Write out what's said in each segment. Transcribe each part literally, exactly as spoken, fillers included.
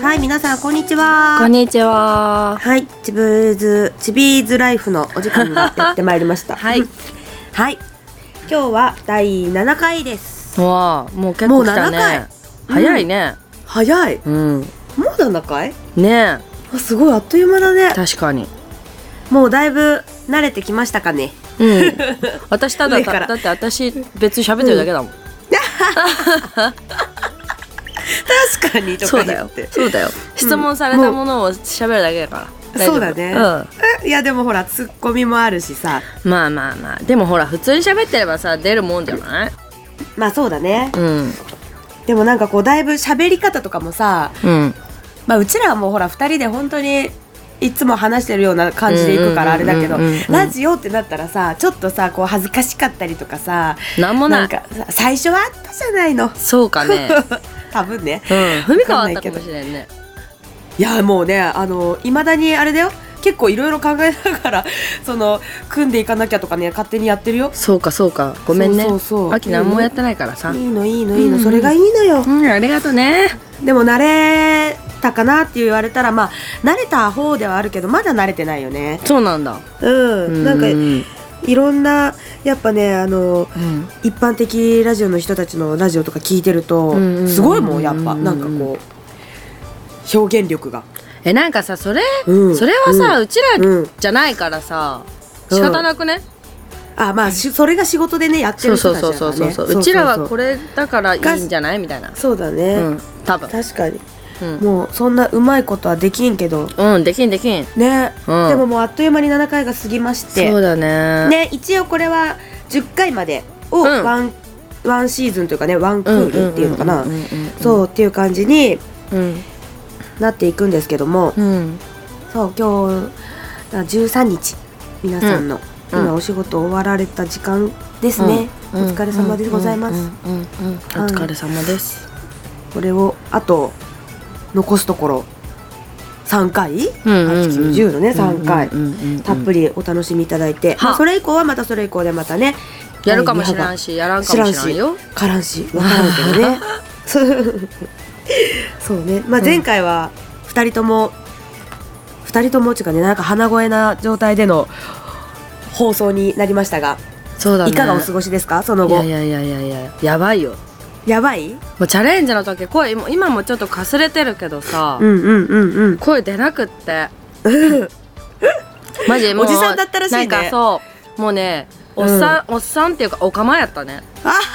はい、皆さんこんにちは。 こんにちは。 はい、チブーズチビーズライフのお時間がやってまいりましたはいはい、今日はだいななかいです。 わあ、もう結構来たもうななかい、 ね。早いね。 早い。 うんもうななかいねあ、すごいあっという間だねえ。確かに。 もうだいぶ慣れてきましたかね。 うん私ただ上からだって私別に喋ってるだけだもん、 確かにとそうだよか言ってそうだよ、質問されたものを喋るだけだから大丈夫。 そうだね、 うん、 いやでもほらツッコミもあるしさ。 まあまあまあ、でもほら普通に喋ってればさ出るもんじゃない？ まあそうだね。 うんでもなんかこうだいぶ喋り方とかもさ、 うんまあうちらはもうほらふたりで本当にいつも話してるような感じでいくからあれだけど、 うんうんうんうんうんラジオってなったらさちょっとさこう恥ずかしかったりとかさ、 なんもない。 なんかさ最初はあったじゃないの。 そうかね多分ね。 うん、踏み変わったかもしれんね。 いやもうね、あのいまだにあれだよ、結構いろいろ考えながらその組んでいかなきゃとかね勝手にやってるよ。 そうかそうか、ごめんね。 そうそうそう秋何もやってないからさ。 いいのいいのいいの、 うんそれがいいのよ。 うん、ありがとね。 でも慣れたかなって言われたらまあ慣れた方ではあるけどまだ慣れてないよね。 そうなんだ。 うん、なんかうんいろんなやっぱねあのうん一般的ラジオの人たちのラジオとか聞いてるとうんうんすごいもんやっぱなんかこう表現力が。 え、なんかさ、それ、 うんそれはさ、 ううんちらうんじゃないからさ、 うん仕方なくね。 あまあしそれが仕事でねやってそうる人そうたちだからね。 そうそうそう。うちらはこれれだからいいんじゃないみたいな。 そうだね、 うん、多分。 確かに、 うん、 もうそんなうまいことはできんけどうん、できんできん。 ね、 うんでももうあっという間にななかいが過ぎましてそうだね。 ね、一応これはじゅっかいまでをうんワン、ワンシーズンというかねワンクールっていうのかな、 うんうんうんうんうんそうっていう感じにうん。 なっていくんですけども、 うん。 そう今日じゅうさんにち皆さんの、 うん今お仕事終わられた時間ですね、 うんお疲れ様でございます、 うんうんうんうんお疲れ様です。 これをあと残すところさんかい、 うんうんうんはちきゅうじゅうのねさんかい、 うんうんうんうんたっぷりお楽しみいただいて、 はまあ、それ以降はまたそれ以降でまたねやるかもしれんし、やらんかもしれんよ。 からんし分からんけどねそうね、まあ、前回はふたりとも、ふたりともっていうかねなんか鼻声な状態での放送になりましたが、 そうだね。 いかがお過ごしですかそのい後。 やいやいやいやいや、やばいよ。 やばい。 もうチャレンジの時声も今もちょっとかすれてるけどさ、 うんうんうんうん声出なくってマジもうおじさんだったらしいねなんかそうもうねおっさん、おっさんっていうかおかまやったね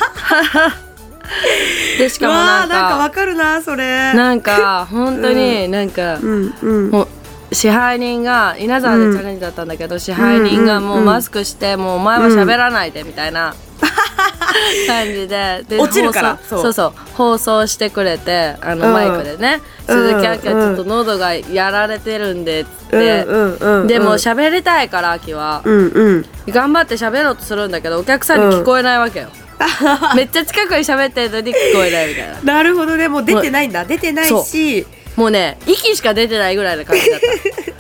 でしかもなんかうわーなんかわかるなそれ。 なんか本当になんか、 うんうんもう支配人が稲沢でチャレンジだったんだけど、支配人がもうマスクして、もうお前は喋らないでみたいな感じで、で落ちるから放送そうそうそう放送してくれてあの、 うんマイクでね「 うん鈴木あきはちょっと喉がやられてるんで」っつって、 うんうんうん、 でも喋りたいからあきは、 うんうん頑張って喋ろうとするんだけどお客さんに聞こえないわけよ、めっちゃ近くに喋ってるのに聞こえないみたいな。 なるほどね、もう出てないんだ出てないし、 もうね息しか出てないぐらいの感じだった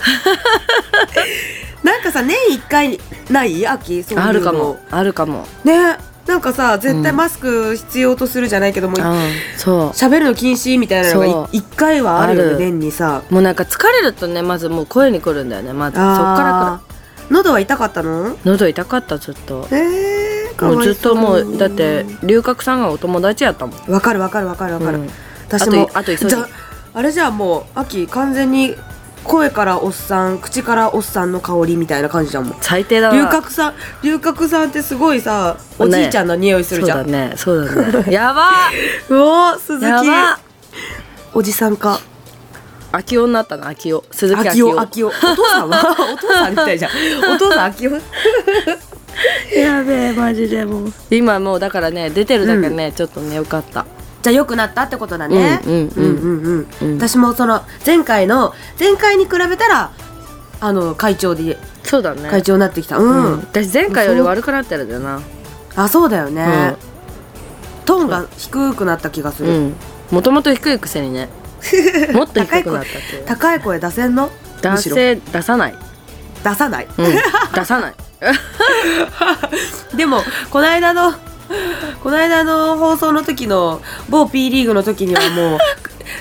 なんかさ年いっかいない秋そういうのあるかもあるかも。 ね、なんかさ絶対うんマスク必要とするじゃないけども、 うんそう喋るの禁止みたいなのがそういっかいはあるよねある年にさ。 もうなんか疲れるとねまずもう声にくるんだよねまずそっからあー喉は痛かったの？ くる喉痛かったずっとえー、かもうわいそうずっともうだって龍角さんがお友達やったもん。 わかるわかるわかるわかる、 うん私もあとあと急いでじゃあれじゃあもう秋完全に声からおっさん口からおっさんの香りみたいな感じじゃんもん。 最低だな。 龍角さん龍角さんってすごいさおじいちゃんの匂いするじゃん、 そうだねそうだねやばうお鈴木やばおじさんか秋代になったな秋代鈴木秋秋代代秋代お父さんはお父さんみたいじゃんお父さん秋代やべえマジでもう今もうだからね出てるだけね、ちょっとねよかった。 じゃあ良くなったってことだね。 うんうんうんうんうんうん私もその前回の前回に比べたらあの会長でそうだね会長になってきた。うん。 うん私前回より悪くなってるんだよな。 あそうだよね。 うんトーンが低くなった気がする。 うんもともと低いくせにねもっと低くなったっていう高い声出せんの？むしろ出せ出さない、 出さない。 うん、出さないでもこの間のこの間の放送の時の某 P リーグの時にはもう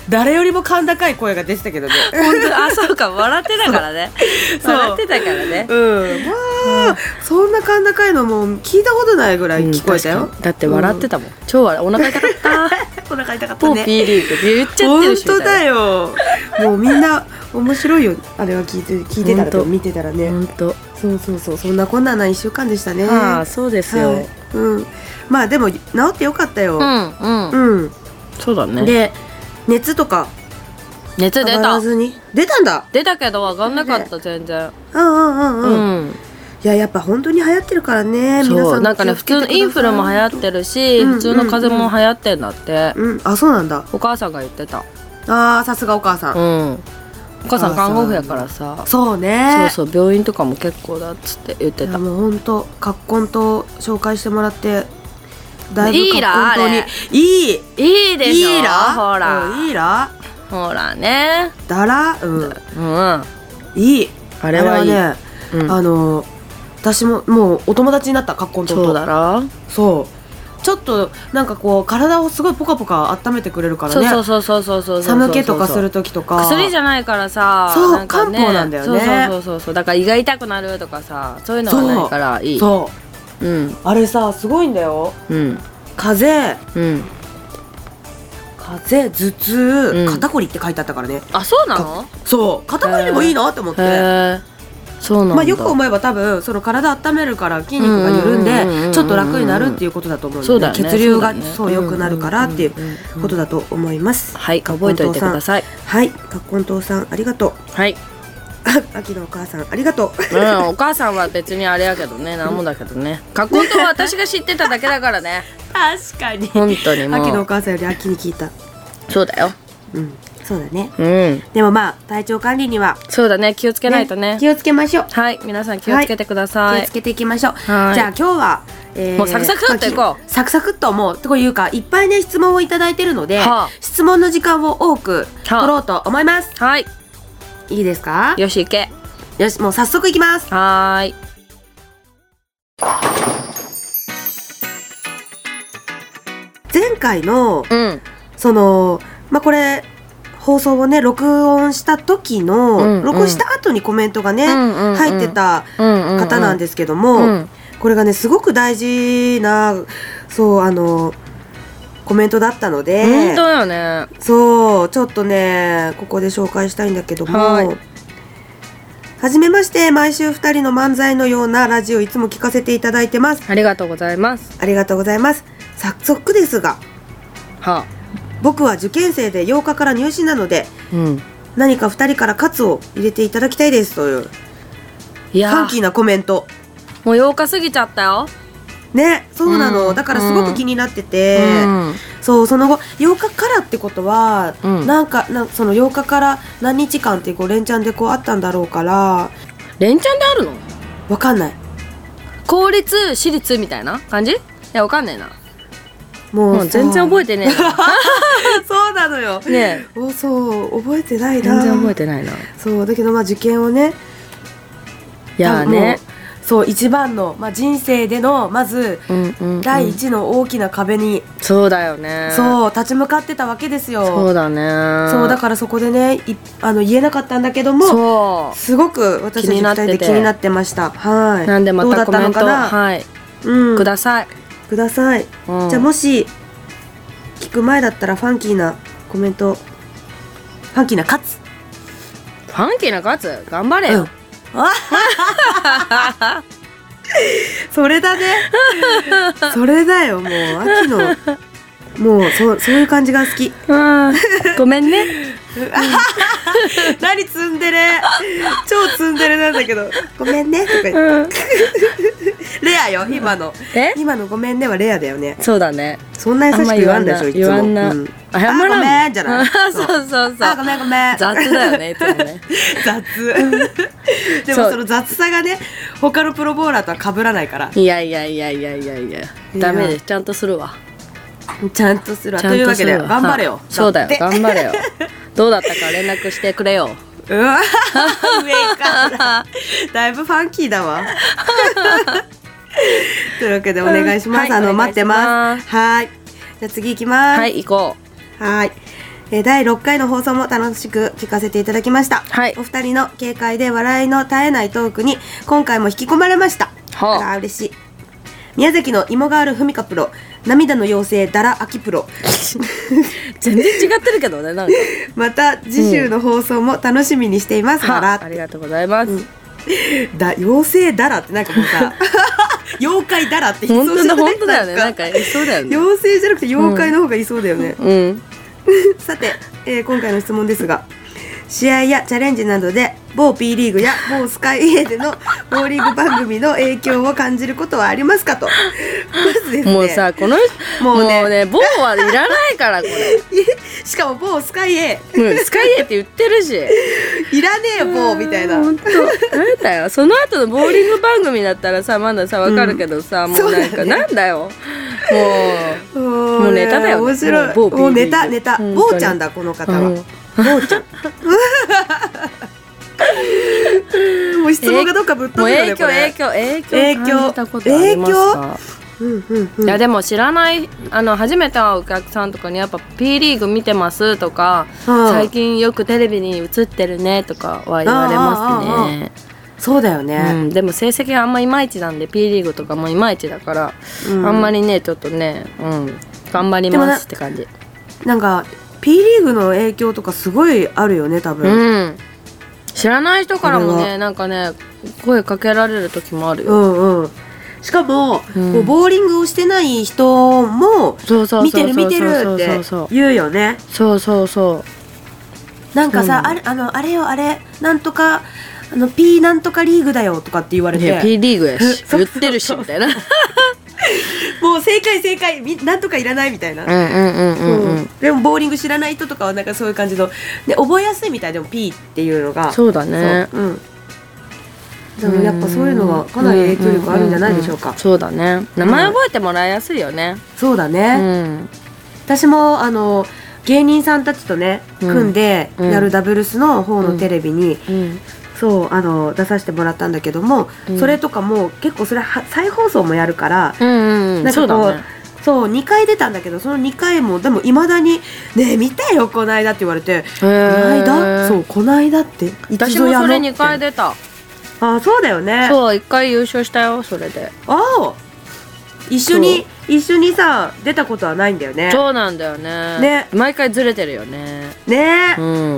誰よりも甲高い声が出てたけどね。 本当、あ、そうか、笑ってたからね。笑ってたからね。 うん、わあ、そんな甲高いのも聞いたことないぐらい聞こえたよ、 うん、だって笑ってたもん、うん、超笑い、お腹痛かったお腹痛かったね。 もう P リーグって言っちゃってるし、 本当だよ。もうみんな面白いよ、あれは聞いて聞いてたらと見てたらね。 本当。 そうそうそう、そんなこんなないっしゅうかんでしたね。 ああ、そうですよ、はい、 うん、まあでも治ってよかったよ。 うんうん、うん、そうだね。 で熱とか熱出た。 上がらずに出たんだ。 出たけど上がんなかった、全然。 うんうんうんうん、うん、いややっぱ本当に流行ってるからね。 そう、 皆さんなんかね、普通のインフルも流行ってるし、うんうんうん、普通の風邪も流行ってんだって、 うん、あ、そうなんだ。 お母さんが言ってた。 あー、さすがお母さん。うん、 お母さん看護婦やからさ。 そうね、 そうそう、病院とかも結構だっつって言ってた。 もう本当、葛根と紹介してもらってだいぶいいら、あれいいいいでしょ。 いいら、 ほら、 うん、いいら、 ほらね、 だら、うん、うん、いい、 あれはいい。あれはね、 うん、あの私ももうお友達になった、葛根と。 そうだろ。 そう、ちょっとなんかこう体をすごいポカポカ温めてくれるからね。 そうそうそうそうそうそう、 寒気とかする時とか。 薬じゃないからさ。 そう、 なんかね、 漢方なんだよね。 そうそうそうそう、だから胃が痛くなるとかさ、そういうのがないからいい。 そう、 うん、 あれさすごいんだよ。うん、風邪、うん、風邪、頭痛、うん、肩こりって書いてあったからね。 あ、そうなの？ そう、肩こりにもいいなって思って。 そうなんだ。 まあ、よく思えば多分その体温めるから筋肉が緩んでちょっと楽になるっていうことだと思うんで、ね、血流がそう良くなるからっていうことだと思います。 はい、覚えておいてください。 はい、葛根湯さんありがとう。はい、秋のお母さんありがとう。 うん、お母さんは別にあれやけどね、なんもだけどね。葛根湯は私が知ってただけだからね。 確かに本当にもう秋のお母さんより秋に聞いた。 そうだよ。 うん、そうだね、 うん、 でもまあ体調管理にはそうだね、気をつけないと ね, ね気をつけましょう。 はい、皆さん気をつけてください、はい、 気をつけていきましょう。じゃあ今日は、えー、 もうサクサクっといこう。 サクサクっともうというかいっぱいね質問をいただいてるので、はあ、質問の時間を多く取ろうと思います。 はい、 いいですか？ よし行け。 よし、もう早速いきます。 はーい。 前回の、 うん、 そのまあこれ放送をね録音した時の、うんうん、録音した後にコメントがね、うんうんうん、入ってた方なんですけども、うんうん、これがねすごく大事なそうあのコメントだったので、 本当よね。 そうちょっとねここで紹介したいんだけども、はい、はじめまして、毎週ふたりの漫才のようなラジオいつも聞かせていただいてます。 ありがとうございます。 ありがとうございます。早速ですが、 はあ、僕は受験生でようかから入試なので、うん、何かふたりからカツを入れていただきたいですといういやファンキーなコメント。 もうようか過ぎちゃったよね。そうなの、うん、だからすごく気になってて、うん、そうその後ようかからってことは、うん、なんかなそのようかから何日間ってこう連チャンでこうあったんだろうから。 連チャンであるの？ わかんない。 公立私立みたいな感じ？いやわかんないな。 もう、 もう全然覚えてねえな。 そうなのよね。おそう覚えてないな。 全然覚えてないな。 そうだけどまあ受験をね、 いやね、 そう一番の、まあ、人生でのまず、うんうんうん、第一の大きな壁にそうだよね。 そう立ち向かってたわけですよ。 そうだね。 そうだからそこでねいあの言えなかったんだけども、そうすごく私たちふたりで気になってました。はい。 なんでまたコメント、はい、うん、くださいください、うん、じゃあもし聞く前だったらファンキーなコメント、ファンキーなカツファンキーなカツ頑張れよ、うん、 それだねそれだよ。もう秋のもう そ, そういう感じが好き。 ごめんね何ツンデレ超ツンデレなんだけどごめんねとか言って、うん、レアよ今の。え今のごめんねはレアだよね。 そうだね。 そんな優しく言わんでしょいつも。 言わんな、うん、 謝らんあごめんじゃないそうそうそうあごめんごめん雑だよねいつもね雑でもその雑さがね他のプロボーラーとは被らないから。 いやいやいやいやいやいやダメです。ちゃんとするわ。 ちゃんとするわ。というわけで頑張れよ。 そうだよ頑張れよどうだったか連絡してくれよ。 うわ上からだいぶファンキーだわというわけでお願いします、うん、あの、はい、待ってます。はいじゃあ次行きます。 はい行こう。はい、 えー、だいろっかいの放送も楽しく聞かせていただきました、 はい、 お二人の軽快で笑いの絶えないトークに今回も引き込まれました。 はあ、 あら嬉しい。宮崎の芋ガールふみかプロ、涙の妖精ダラアキプロ全然違ってるけどね、なんかまた次週の放送も楽しみにしています、うん、 ありがとうございます、うん、 だ妖精ダラってなんかもうさ妖怪ダラって言いそうじゃない？ 本当だよね、なんかいそうだよね。 妖精じゃなくて妖怪の方がいそうだよね、 うんうん、 さて、えー、今回の質問ですが、試合やチャレンジなどで某 P リーグや某スカイ A でのボーリング番組の影響を感じることはありますかと。まずですね、 もうさ、このもうね、もうね、某はいらないからこれしかも某スカイ A、 うん、スカイ A って言ってるしいらねえよ某みたいな。 本当なんだよ、その後のボーリング番組だったらさまださ分かるけどさ、うん、もうなんか、ね、なんだよもうもうネタだよ、ね、 面白い。もう, もうネタネタ某ちゃんだこの方は、うん、某ちゃんもう質問がどっかぶっ飛ぶよね、これ。 影響影響影響感じたことありますか？ うんうんうん、 いやでも知らないあの初めて会うお客さんとかにやっぱ P リーグ見てますとか、はあ、最近よくテレビに映ってるねとかは言われますね。ああああああそうだよね、 うん、でも成績があんまいまいちなんで P リーグとかもいまいちだから、うん、あんまりねちょっとね、うん、頑張りますって感じ。 な, なんか P リーグの影響とかすごいあるよね多分、 うん、知らない人からもねなんかね声かけられる時もあるよ、 うんうん、しかも、うん、こうボーリングをしてない人も見てる見てるって言うよね。 そうそうそうなんかさ、うん、あれあのあれよあれなんとかあの P なんとかリーグだよとかって言われて、 ね、P リーグやし言ってるしみたいなもう正解正解なんとかいらないみたいな。でもボーリング知らない人とかはなんかそういう感じので覚えやすいみたいでも P っていうのがそうだね。 そう、うん、でもやっぱそういうのがかなり影響力あるんじゃないでしょうか、うんうんうん、 そうだね。名前覚えてもらいやすいよね、うん、 そうだね、うん、私もあの芸人さんたちとね組んでやるダブルスの方のテレビに、うんうん、そうあの出させてもらったんだけども、うん、それとかも結構それは再放送もやるから、うんうんうん、なんかこう、そうだね、そうにかい出たんだけどそのにかいもでもいまだにねえ見たよこないだって言われてこないだそうこないだって私もそれにかい出た。 あそうだよね。 そういっかい優勝したよそれで。 ああ一緒に一緒にさ出たことはないんだよね。 そうなんだよね。ね毎回ずれてるよね。 ね、うん、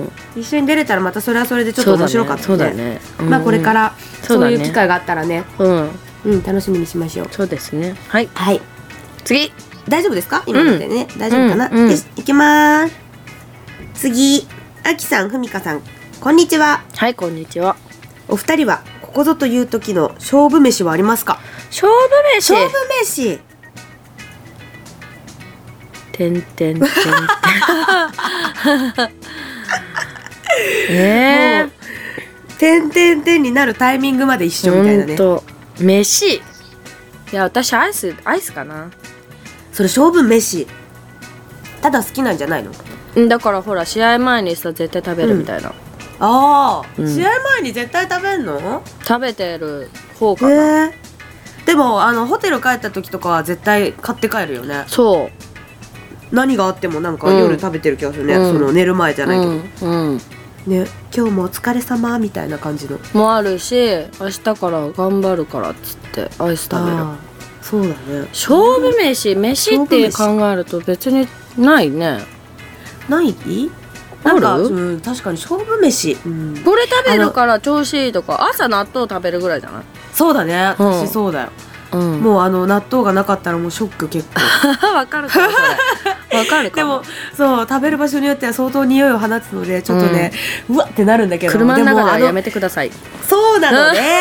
一緒に出れたらまたそれはそれでちょっと面白かったね。 そうだね。そうだね、 まあこれからそういう機会があったらね、 うんうん、楽しみにしましょう。 そうですね。はい、 はい、 次大丈夫ですか今までね、うん、大丈夫かな、うんうん、よし行きまーす。次あきさんふみかさんこんにちは。 はいこんにちは。 お二人はここぞという時の勝負飯はありますか？ 勝負飯勝負飯てんてんてんえー、 てんてんてんになるタイミングまで一緒みたいなね。 ほんと飯いや私アイスアイスかな。 それ勝負飯ただ好きなんじゃないの？ だからほら試合前にさ絶対食べるみたいな、うん、 ああ、うん、試合前に絶対食べんの？食べてる方かな。 でもあのホテル帰った時とかは絶対買って帰るよね。 そう何があってもなんか夜食べてる気がするね、うん、その寝る前じゃないけど、うんうん、ね今日もお疲れ様みたいな感じのもあるし明日から頑張るからっつってアイス食べる。 そうだね。 勝負飯飯って考えると別にないね。 ないなんか、うん、確かに勝負飯、うん、 これ食べるから調子いいとか朝納豆食べるぐらいじゃない？ そうだね私、うん、そうだよ、うん、もうあの納豆がなかったらもうショック結構わかるかもそれわかるかも。 でもそう食べる場所によっては相当匂いを放つのでちょっとね、うん、うわってなるんだけど車の中ではやめてください。 そうなのね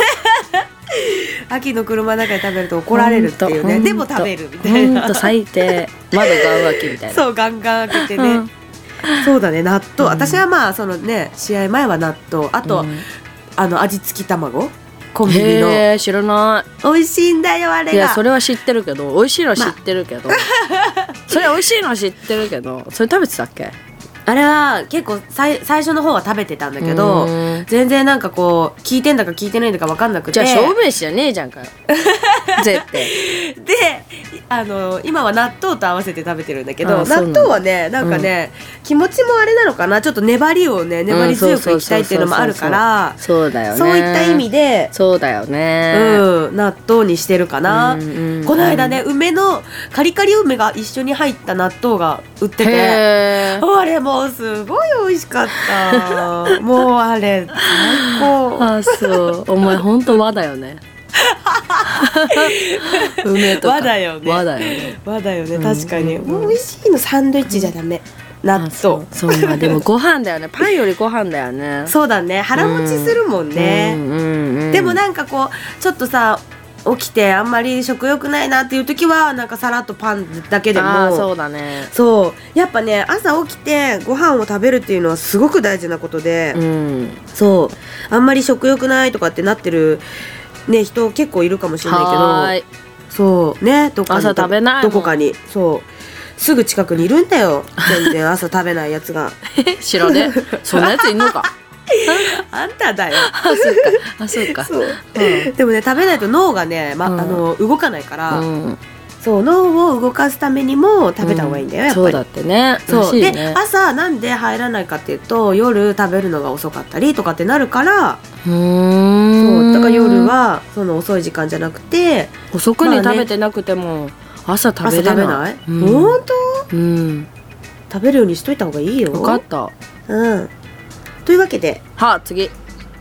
秋の車の中で食べると怒られるっていうね。でも食べるみたいな。 ほんと最低窓ガン開きみたいな。 そうガンガン開けてね、うん、そうだね納豆、うん、私はまあそのね試合前は納豆あと、うん、あの味付き卵コンビニの。 へー知らない。 美味しいんだよあれが。 いやそれは知ってるけど美味しいのは知ってるけど、ま、それ美味しいのは知ってるけどそれ食べてたっけ？ あれは結構さい最初の方は食べてたんだけどね、全然なんかこう聞いてんだか聞いてないんだか分かんなくて、 じゃあ勝負飯じゃねえじゃんかよ絶対であの今は納豆と合わせて食べてるんだけど、納あそうなんだ豆はねなんかね、うん、気持ちもあれなのかな、ちょっと粘りをね粘り強くいきたいっていうのもあるから、 そうだよね、 そういった意味でそうだよね、 うん、納豆にしてるかな、うんうんうん、この間ね梅のカリカリ梅が一緒に入った納豆が売ってて、あれもうすごい美味しかったもうあれ最高。 あ、そうお前ほんと和だよね梅とか和だよね、 和だよね、 和だよね、確かに、うんうんうん、もう美味しいのサンドイッチじゃダメ、納豆。 そうそう、まあでもご飯だよねパンよりご飯だよねそうだね、腹持ちするもんね、うんうんうんうん、でもなんかこうちょっとさ起きてあんまり食欲ないなっていう時はなんかさらっとパンだけでも、 あ、そうだね、 そうやっぱね朝起きてご飯を食べるっていうのはすごく大事なことで、うん、そうあんまり食欲ないとかってなってる、ね、人結構いるかもしれないけど、はい、そうね、どっかに朝食べないどこかにそうすぐ近くにいるんだよ全然朝食べないやつが知らねえそんなやついんのかあんただよあ、そうか、あ、そうか、 そう、うん、でもね食べないと脳がね、ま、うん、あの動かないから、うん、そう脳を動かすためにも食べた方がいいんだよ、うん、やっぱり。 そうだってね、 そうね、 で朝なんで入らないかっていうと夜食べるのが遅かったりとかってなるから、うーん、そうだから夜はその遅い時間じゃなくて遅くに食べてなくても朝食べれない、朝食べない、 うん、本当、うん、食べるようにしといた方がいいよ。 分かった、 うん、というわけで、 はあ、次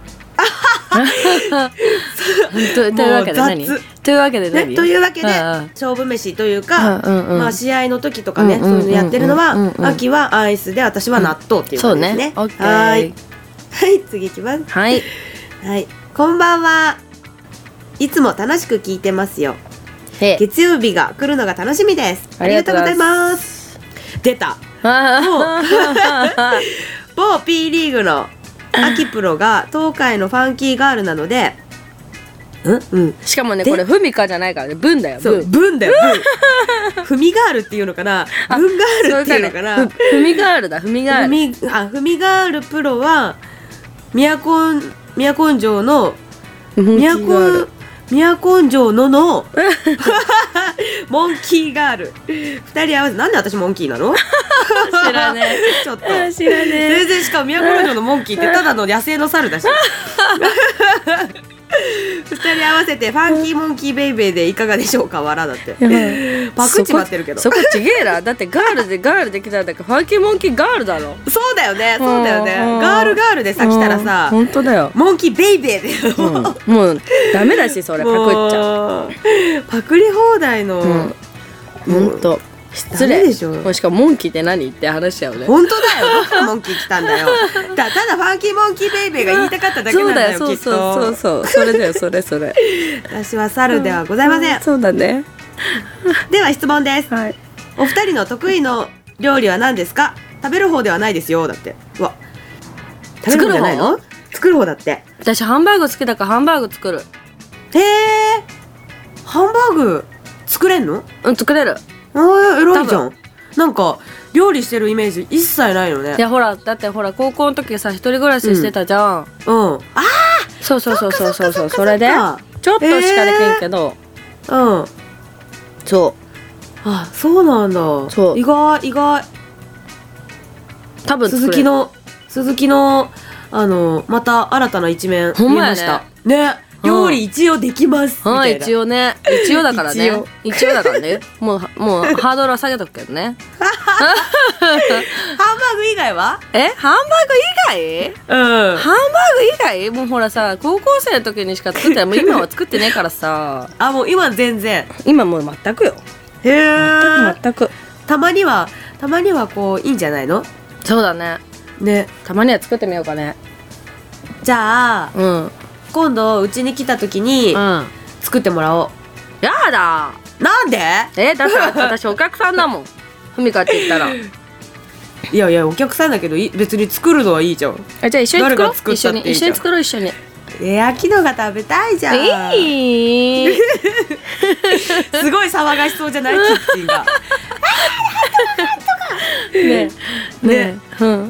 と, というわけで何というわけで何、 ね、というわけで勝負飯というか、うんうん、まあ、試合の時とかね、うんうんうんうん、そういうのやってるのは、うんうんうん、秋はアイスで私は納豆っていう感じですね、 うん、そうね、 はい、はい、次いきます。 はい、 はい、こんばんは。いつも楽しく聞いてますよ。月曜日が来るのが楽しみです。ありがとうございます。出た某 P リーグの秋プロが東海のファンキーガールなので、 うんうん、しかもねこれフミカじゃないからね、ブンだよ、 そうブンだよ、ブンフミガールっていうのかな、ブンガールっていうのかな、 フミガールだ、フミガール、 フミ、あ、フミガールプロは都都城の都都城ののモンキーガールふたり合わせて、なんで私モンキーなの知らねえちょっと知らねえ、 全然、しかも都城のモンキーってただの野生の猿だしふたり合わせてファンキーモンキーベイベーでいかがでしょうか、わらだってパクっちまってるけど、 そこちげえな、だってガールでガールできたんだからファンキーモンキーガールだろ。 そうだよね、そうだよね、ガールガールでさ来たらさ、 本当だよ、 モンキーベイベーで、 うん、もうダメだし、それパクっちゃう、パクリ放題の、 うん、本当失礼でしょ。もしかもモンキーって何って話しちゃうね。 本当だよ、どこモンキー来たんだよた, ただファンキーモンキーベイベーが言いたかっただけなんだよ、 そうだよ、 きっと。 そうそうそうそれだよ、それそれ私は猿ではございません、 うん、そうだねでは質問です、 はい、 お二人の得意の料理は何ですか。食べる方ではないですよ、だって。うわ、食べる方じゃないの？作る方だって。 私ハンバーグ好きだからハンバーグ作る。 へえ、ハンバーグ作れんの？ うん、作れる。 あー、偉いじゃん。なんか料理してるイメージ一切ないのね。 いや、ほら、だってほら高校の時さ一人暮らししてたじゃん。 うん、うん、ああ、 そうそうそうそうそうそう、それでちょっとしかできんけど、 えー、うん、 そう、 あ、そうなんだ。そう、意外意外。 多分鈴木の鈴木のあのまた新たな一面見ましたね。料理一応できますみたいな。 はい、一応ね、一応だからね、一応、一応だからね、もうもうハードルは下げとくけどね。 ハンバーグ以外は？ え、ハンバーグ以外？うん。ハンバーグ以外？もうほらさ、高校生の時にしか作ってない。もう今は作ってねえからさ。 あ、もう今全然。 今もう全くよ。 へえ。 全く全く。 たまにはたまにはこういいんじゃないの？ そうだね。ね。たまには作ってみようかね。 じゃあ。 うん。 今度うちに来た時に作ってもらおう、 うん、やだ。 なんで？ え、だって私お客さんだもんふみかって言ったら。いやいや、お客さんだけど別に作るのはいいじゃん。 あ、じゃあ一緒に作ろう。 作一緒に一緒に作ろう、一緒に。 え、秋のが食べたいじゃん。 いいすごい騒がしそうじゃない？キッチンがねねね、うん、 切れな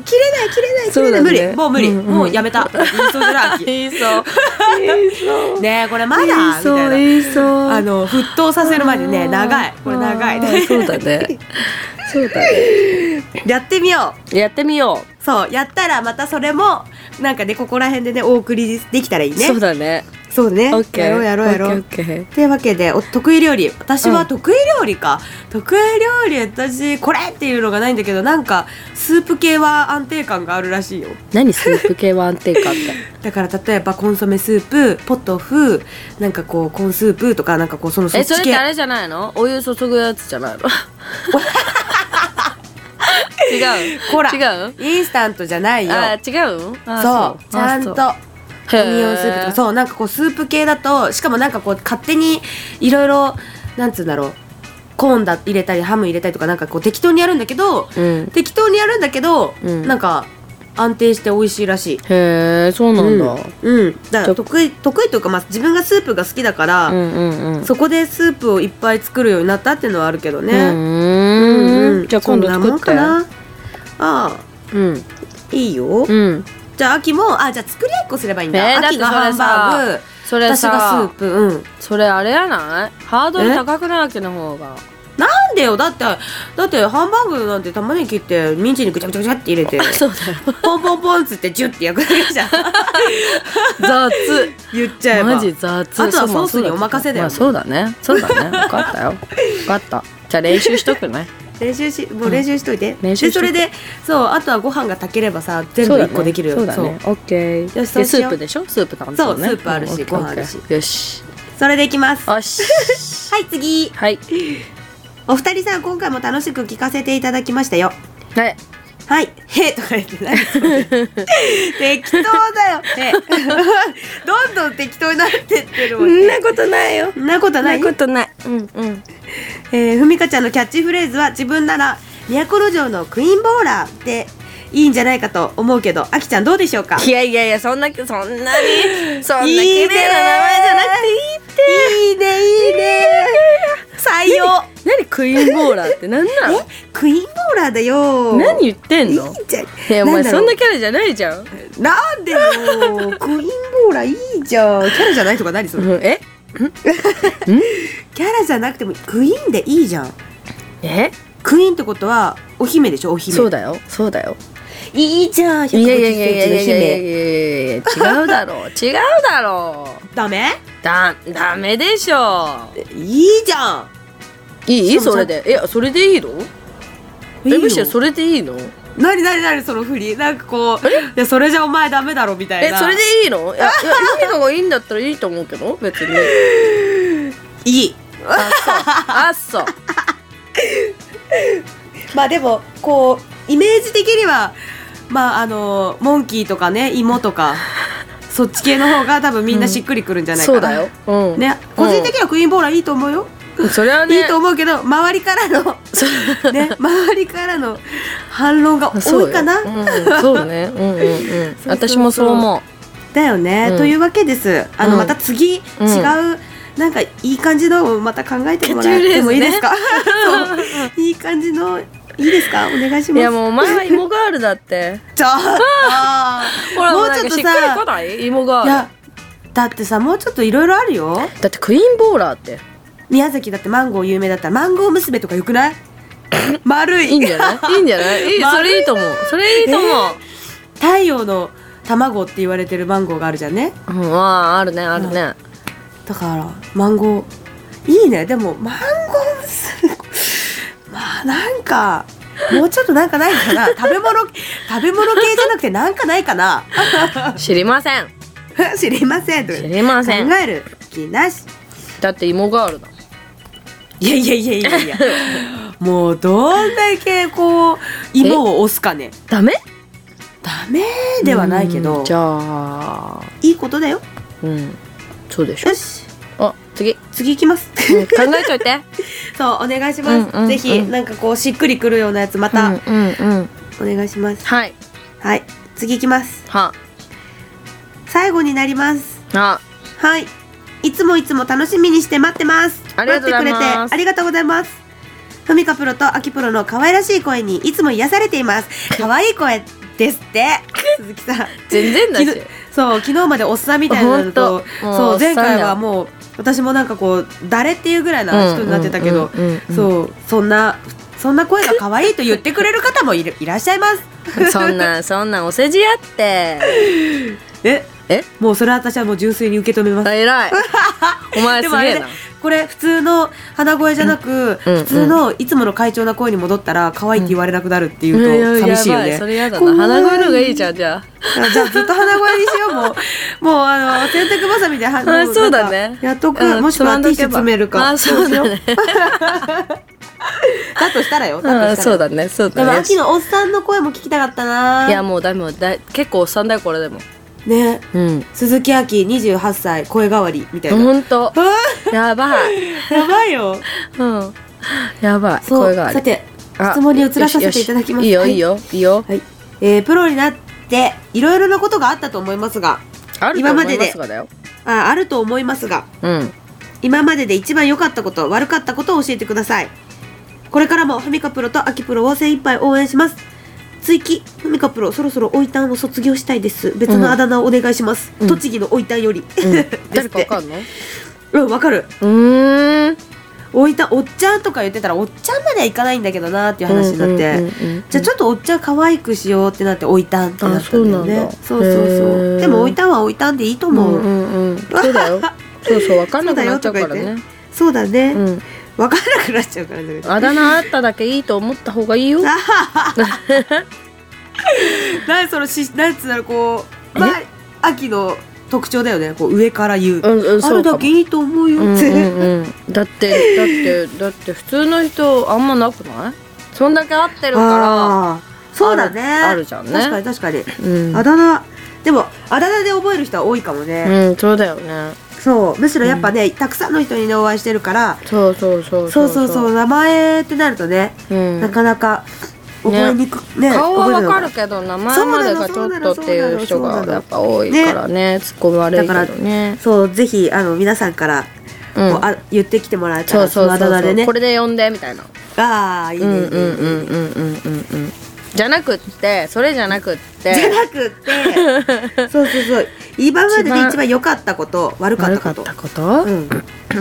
ない切れない切そうだねれない、無理もう無理、 うんうんもうやめた言いそうじゃない言いそう言いそうねえこれまだみ言いそうたいな言いそうあの沸騰させるまでね長いこれ長いあーそうだねそうだねやってみよう。 やってみよそうやったらまたそれもなんかねここら辺でねお送りできたらいいうね。 そうだねそうねオッケーやろうやろうやろう。 オッケーオッケーというわけでお得意料理私は得意料理か、うん、得意料理私これっていうのがないんだけどなんかスープ系は安定感があるらしいよ。 何スープ系は安定感ってだから例えばコンソメスープポトフなんかこうコーンスープとかなんかこうそのそっえち系それってあれじゃないのお湯注ぐやつじゃないの違うほら違うインスタントじゃないよ。 あ違うあそうちゃんとオニオンスープとかそうなんかこうスープ系だとしかもなんかこう勝手にいろいろなんつうんだろうコーンだ入れたりハム入れたりとかなんかこう適当にやるんだけど、 うん、 適当にやるんだけど、 うん、 なんか安定して美味しいらしい。 へえそうなんだ、 うん、うん、だから得意得意というか、まあ、自分がスープが好きだから、 うんうんうん、 そこでスープをいっぱい作るようになったっていうのはあるけどね。 うんうん、じゃあ今度作って。 そんなもんかな。ああ、 うん、 いいよ、 うん、 じゃあ秋もあじゃあ作り合いっこすればいいんだ、 えー、 秋がハンバーグそれさ私がスープ、うん、 それあれやないハードル高くない秋の方がなんでよだってだってハンバーグなんて玉ねぎ切ってミンチにぐちゃぐちゃぐちゃって入れてそうだよポンポンポンつってジュッて焼くだけじゃん雑言っちゃえばマジ雑あとはソースにお任せだよ、 まあ、そうだねそうだね分かったよ分かったじゃあ練習しとくね練習しもう練習しといて、うん、 練習しとでそれでそうあとはご飯が炊ければさ全部いっこできるよ。 そうだねオッケー。 よしそうしよう。 スープでしょスープなんそう、 ね、 スープあるし、 うん、 ご飯あるしよしそれでいきますよしはい次はいお二人さん今回も楽しく聞かせていただきましたよ。 はいはいへとか言って何それ適当だよへどんどん適当になってってるもん。 そんなことないよそんなことないそんなことないうんうんえー、ふみかちゃんのキャッチフレーズは自分なら都城のクイーンボーラーでいいんじゃないかと思うけどあきちゃんどうでしょうか。 いやいやいやそんなそんなにそんな綺麗な名前じゃなくていいっていいねいいね採用。 何クイーンボーラーって何なの。 えクイーンボーラーだよ。 何言ってんの。 いいじゃん。 いやお前そんなキャラじゃないじゃん。 なんでよクイーンボーラーいいじゃん。キャラじゃないとか何それ、うん、 えキャラじゃなくてもクイーンでいいじゃん。 えクイーンってことはお姫でしょ。お姫。 そうだよそうだよいいじゃん。 いやいやいやいやいやいやいや違うだろう違うだろう。 ダメだダメでしょ。 いいじゃん。 いいそれで。いやそれでいいの。いいえむしろそれでいいの。 なになになにその振りなんかこういやそれじゃお前ダメだろみたいな。 えそれでいいの。いやいや何かがいいんだったらいいと思うけど別にいい。 あっそうあっそうまあでもこうイメージ的にはまああのモンキーとかね芋とかそっち系の方が多分みんなしっくりくるんじゃないかな、うん、そうだよ、うん、ね個人的にはクイーンボーラーいいと思うよ。 それはねいいと思うけど周りからのね周りからの反論が多いかな。 そう、うん、そうねうんうんうん私もそう思うだよね、うん、というわけです。あの、うん、また次、うん、違うなんかいい感じのをまた考えてもらってもいいですか。そういい感じのいいですかお願いします。 いやもうお前は芋ガールだってじゃあほらもうちょっとさしっくりこない芋ガール。いやだってさもうちょっといろいろあるよ。 だってクイーンボーラーって宮崎だってマンゴー有名だったらマンゴー娘とかよくない。丸いいいんじゃないいいんじゃないいいそれいいと思うそれいいと思う、 えー、太陽の卵って言われてるマンゴーがあるじゃんね。 うん、ああるねあるね、うん、 だからマンゴーいいね。でもマンゴー娘まあなんかもうちょっとなんかないかな。食べ物食べ物系じゃなくてなんかないかな。 知りません知りません知りません考える気なし。 だって芋ガールだ。 いやいやいやいやいやもうどんだけこう芋を押すかね。 ダメダメではないけどじゃあいいことだよ。 うんそうでしょ。 よしあ次次行きます、 うん、考えといてそうお願いします、うんうんうん、ぜひなんかこうしっくりくるようなやつまた、うんうんうん、お願いします。 はいはい次行きます。 は最後になります。 ははいいつもいつも楽しみにして待ってます。 ありがとうございます。 待ってくれてありがとうございます。ふみかプロとあきプロの可愛らしい声にいつも癒されています。可愛い声ですって鈴木さん全然だし昨日そう昨日までおっさんみたいなのとそう前回はもう私もなんかこう誰っていうぐらいな人になってたけど、そうそんなそんな声が可愛いと言ってくれる方もいるいらっしゃいます。 そんなそんなお世辞やってええもうそれは私はもう純粋に受け止めます。 偉いお前すげえな。 これ普通の鼻声じゃなく、うん、普通のいつもの快調な声に戻ったら可愛いって言われなくなるっていうと寂しいよね。 それやだな。鼻声の方がいいじゃん。じゃあじゃあずっと鼻声にしよう。もうもうあの洗濯ばさみであそうだねやっとく、うん、もしくはティッシュ詰めるか。 あそうだねだとしたらよ。だとしたらそうだねそうだね。 でも秋のおっさんの声も聞きたかったな。 いやもうだめもだ結構おっさんだよこれでもね、 うん、 鈴木亜希にじゅうはっさい声変わりみたいな。 ほんとやばいやばいよ、 うん、やばい声変わり。さて質問に移らさせていただきます。 いいよいいよいいよ、 はいえー、プロになっていろいろなことがあったと思いますがあると思いますがだよ。 ああると思いますが、 うん、 今までで一番良かったこと悪かったことを教えてください。これからもフミカプロとアキプロを精一杯応援します。追記フミカプロそろそろおいたんを卒業したいです。別のあだ名をお願いします、うん、栃木のおいたんより、うん、 誰かわかんの？ うんわかる。 うーんおいたおっちゃんとか言ってたらおっちゃんまではいかないんだけどなっていう話になって、じゃあちょっとおっちゃん可愛くしようってなっておいたんってなったんだよね。そうそうそうでもおいたんはおいたんでいいと思う。うんうんうん、 そうだよそうそう分かんなくなっちゃうからね。 そうだね、うん、分かんなくなっちゃうからね。 あだ名あっただけいいと思った方がいいよ。 何そのしなんつうのこう、まあ、秋の特徴だよね。こう上から言う、うんうん、あるだけいいと思うよって、うんうんうん、 だってだってだって普通の人あんまなくない？そんだけ合ってるからそうだねあるじゃんね。 確かに確かに、うん、あだ名でもあだ名で覚える人は多いかもね。 うんそうだよね。 そうむしろやっぱね、うん、たくさんの人に、ね、お会いしてるからそうそうそうそうそうそう名前ってなるとね、うん、なかなか覚えにくく、ねね、顔はわかるけど名前までがちょっとっていう人がやっぱ多いからね突っ込み悪いけどね。 だからそうぜひあの皆さんから、うん、あ言ってきてもらえたらそうそうそうそう、 でね、 これで呼んでみたいな。 ああいいねいいねいいね、うんうんうんうんうんうんじゃなくってそれじゃなくってじゃなくってそうそうそう今までで一番良かったこと悪かったこと、悪かったこと、うん、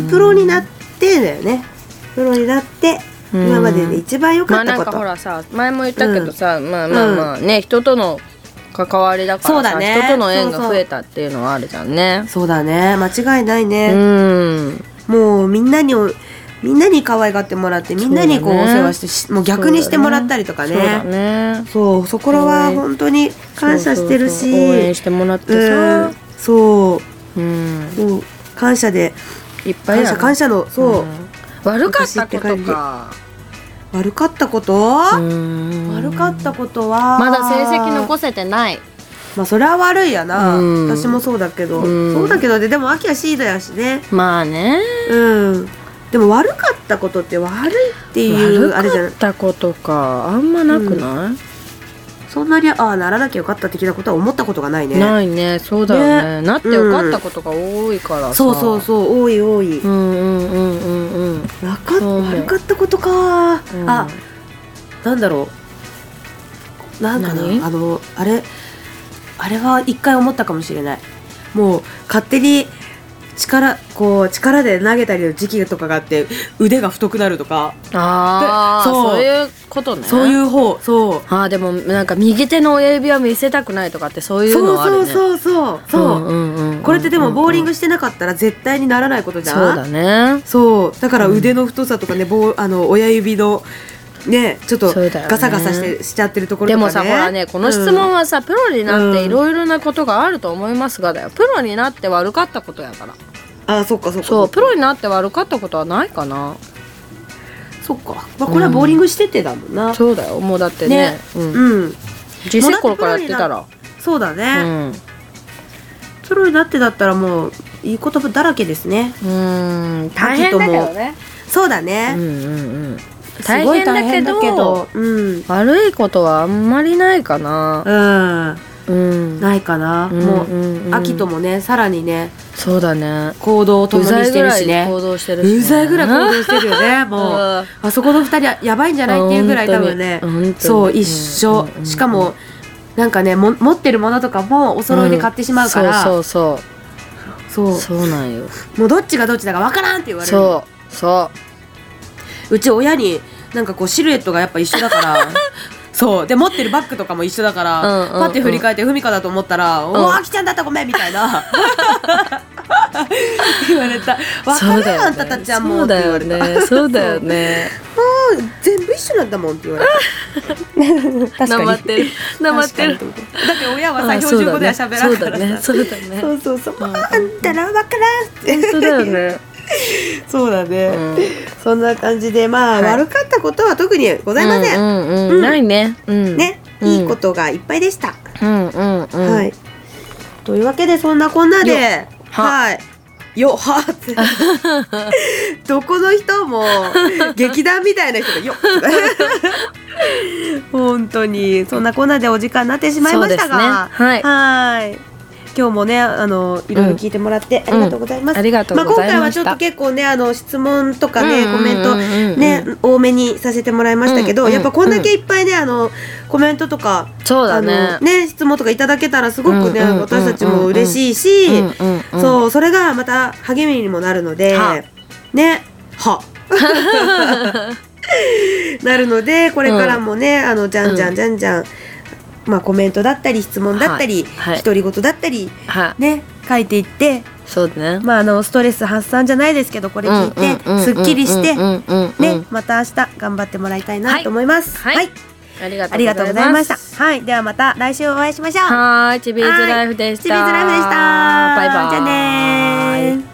プロになってだよね。プロになって今までで一番良かったこと、 まあなんかほらさ前も言ったけどさ、うん、まあまあまあね、うん、人との関わりだからさそうだ、ね、人との縁が増えたっていうのはあるじゃんね。 そうだね間違いないね。うんもうみんなにみんなに可愛がってもらってみんなにこうお世話して、ね、もう逆にしてもらったりとかね。そうだね。そうそこらは本当に感謝してるしそうそうそう応援してもらってさ、うん、 そう、うん、もう感謝でいっぱい感謝感謝のそう、うん、 悪かったことか悪かったこと悪かったことはまだ成績残せてない。 まあそれは悪いやな、うん、私もそうだけど、うん、そうだけどででも秋はシードやしね。 まあねうんでも悪かったことって悪いっていうあれじゃない。 悪かったことかあんまなくない、うん、 そんなにああならなきゃよかった的なことは思ったことがないね。 ないねそうだよ ね, ねなってよかったことが多いからさ、うん、 そうそうそう多い多い。 うんうんうんうんうん悪か悪かったことか、うん、あなんだろうなんかなあのあれあれは一回思ったかもしれない。もう勝手に力こう力で投げたりの時期とかがあって腕が太くなるとか。 ああそう、そういうことね。 そういう方そうあでもなんか右手の親指は見せたくないとかってそういうのあるね。 そうそうそうそう、うんうんうん、これってでもボーリングしてなかったら絶対にならないことじゃん。 そうだね。 そうだから腕の太さとかね、ボーあの親指のねちょっとガサガサして、ね、しちゃってるところとかね。 でもさほらねこの質問はさ、うん、プロになっていろいろなことがあると思いますがだよ。プロになって悪かったことやから。 あそっかそっかそうプロになって悪かったことはないかな。 そっか、まあ、これはボーリングしててだもんな、 うん、そうだよもうだってね、ねうん、うん、小さい頃からやってたらそうだね、うん、プロになってだったらもういい言葉だらけですね。 うん大変だけどね。 そうだね、 うんうんうん大変だけど、うん、悪いことはあんまりないかな。 うんうん、 ないかな、 うん、 もう、 うんうん、 秋ともねさらにねそうだね行動を共にしてるしね行動してるしねうざいぐらい行動してるよねもうあそこのふたりはやばいんじゃないっていうぐらい多分ねそう一緒、うん、しかもなんかねも持ってるものとかもお揃いで買ってしまうから、 うん、そうそうそうそうそうなんよもうどっちがどっちだかわからんって言われるそうそううち親になんかこうシルエットがやっぱ一緒だからそうで持ってるバッグとかも一緒だから、うんうんうん、パッて振り返ってふみかだと思ったら「うん、おあきちゃんだったごめん」みたいな言われた「わかるよ、ね、あんたたちはもう」って言われたそうだよねもう全部一緒なんだもんって言われた確かになまってるなまってるだって親はさ標準語では喋らんからさそうだねそうそうそう、うん、あんたらわからんって本当だよねそうだね、うん、そんな感じでまあ、はい、悪かったことは特にございません、 うんうんうん、ないね、うん、 ね、うん、いいことがいっぱいでした、 うんうんうん、 はいというわけでそんなこんなではいよはってどこの人も劇団みたいな人がよ本当にそんなこんなでお時間になってしまいましたが、 ね、はいはい今日もねあのいろいろ聞いてもらってありがとうございます、 うん、ありがとうございました、 まあ、今回はちょっと結構ねあの質問とかね、うんうんうんうん、コメントね多めにさせてもらいましたけど、うんうんうん、やっぱこんだけいっぱいねあのコメントとかそうだね、 あのね質問とかいただけたらすごくね、うんうんうんうん、私たちも嬉しいし、うんうんうん、そうそれがまた励みにもなるのではねはなるのでこれからもね、うん、あのじゃんじゃんじゃんじゃんまあ、コメントだったり質問だったり、はいはい、独り言だったり、はい、ね書いていってそうね、 まあ、あのストレス発散じゃないですけどこれ聞いて、うんうん、すっきりしてねまた明日頑張ってもらいたいなと思います。 はい、はい、ありがとうございました。 はい、ではまた来週お会いしましょう。 はい、チビーズライフでした。 チビーズライフでした。 バイバイ。 じゃあねー。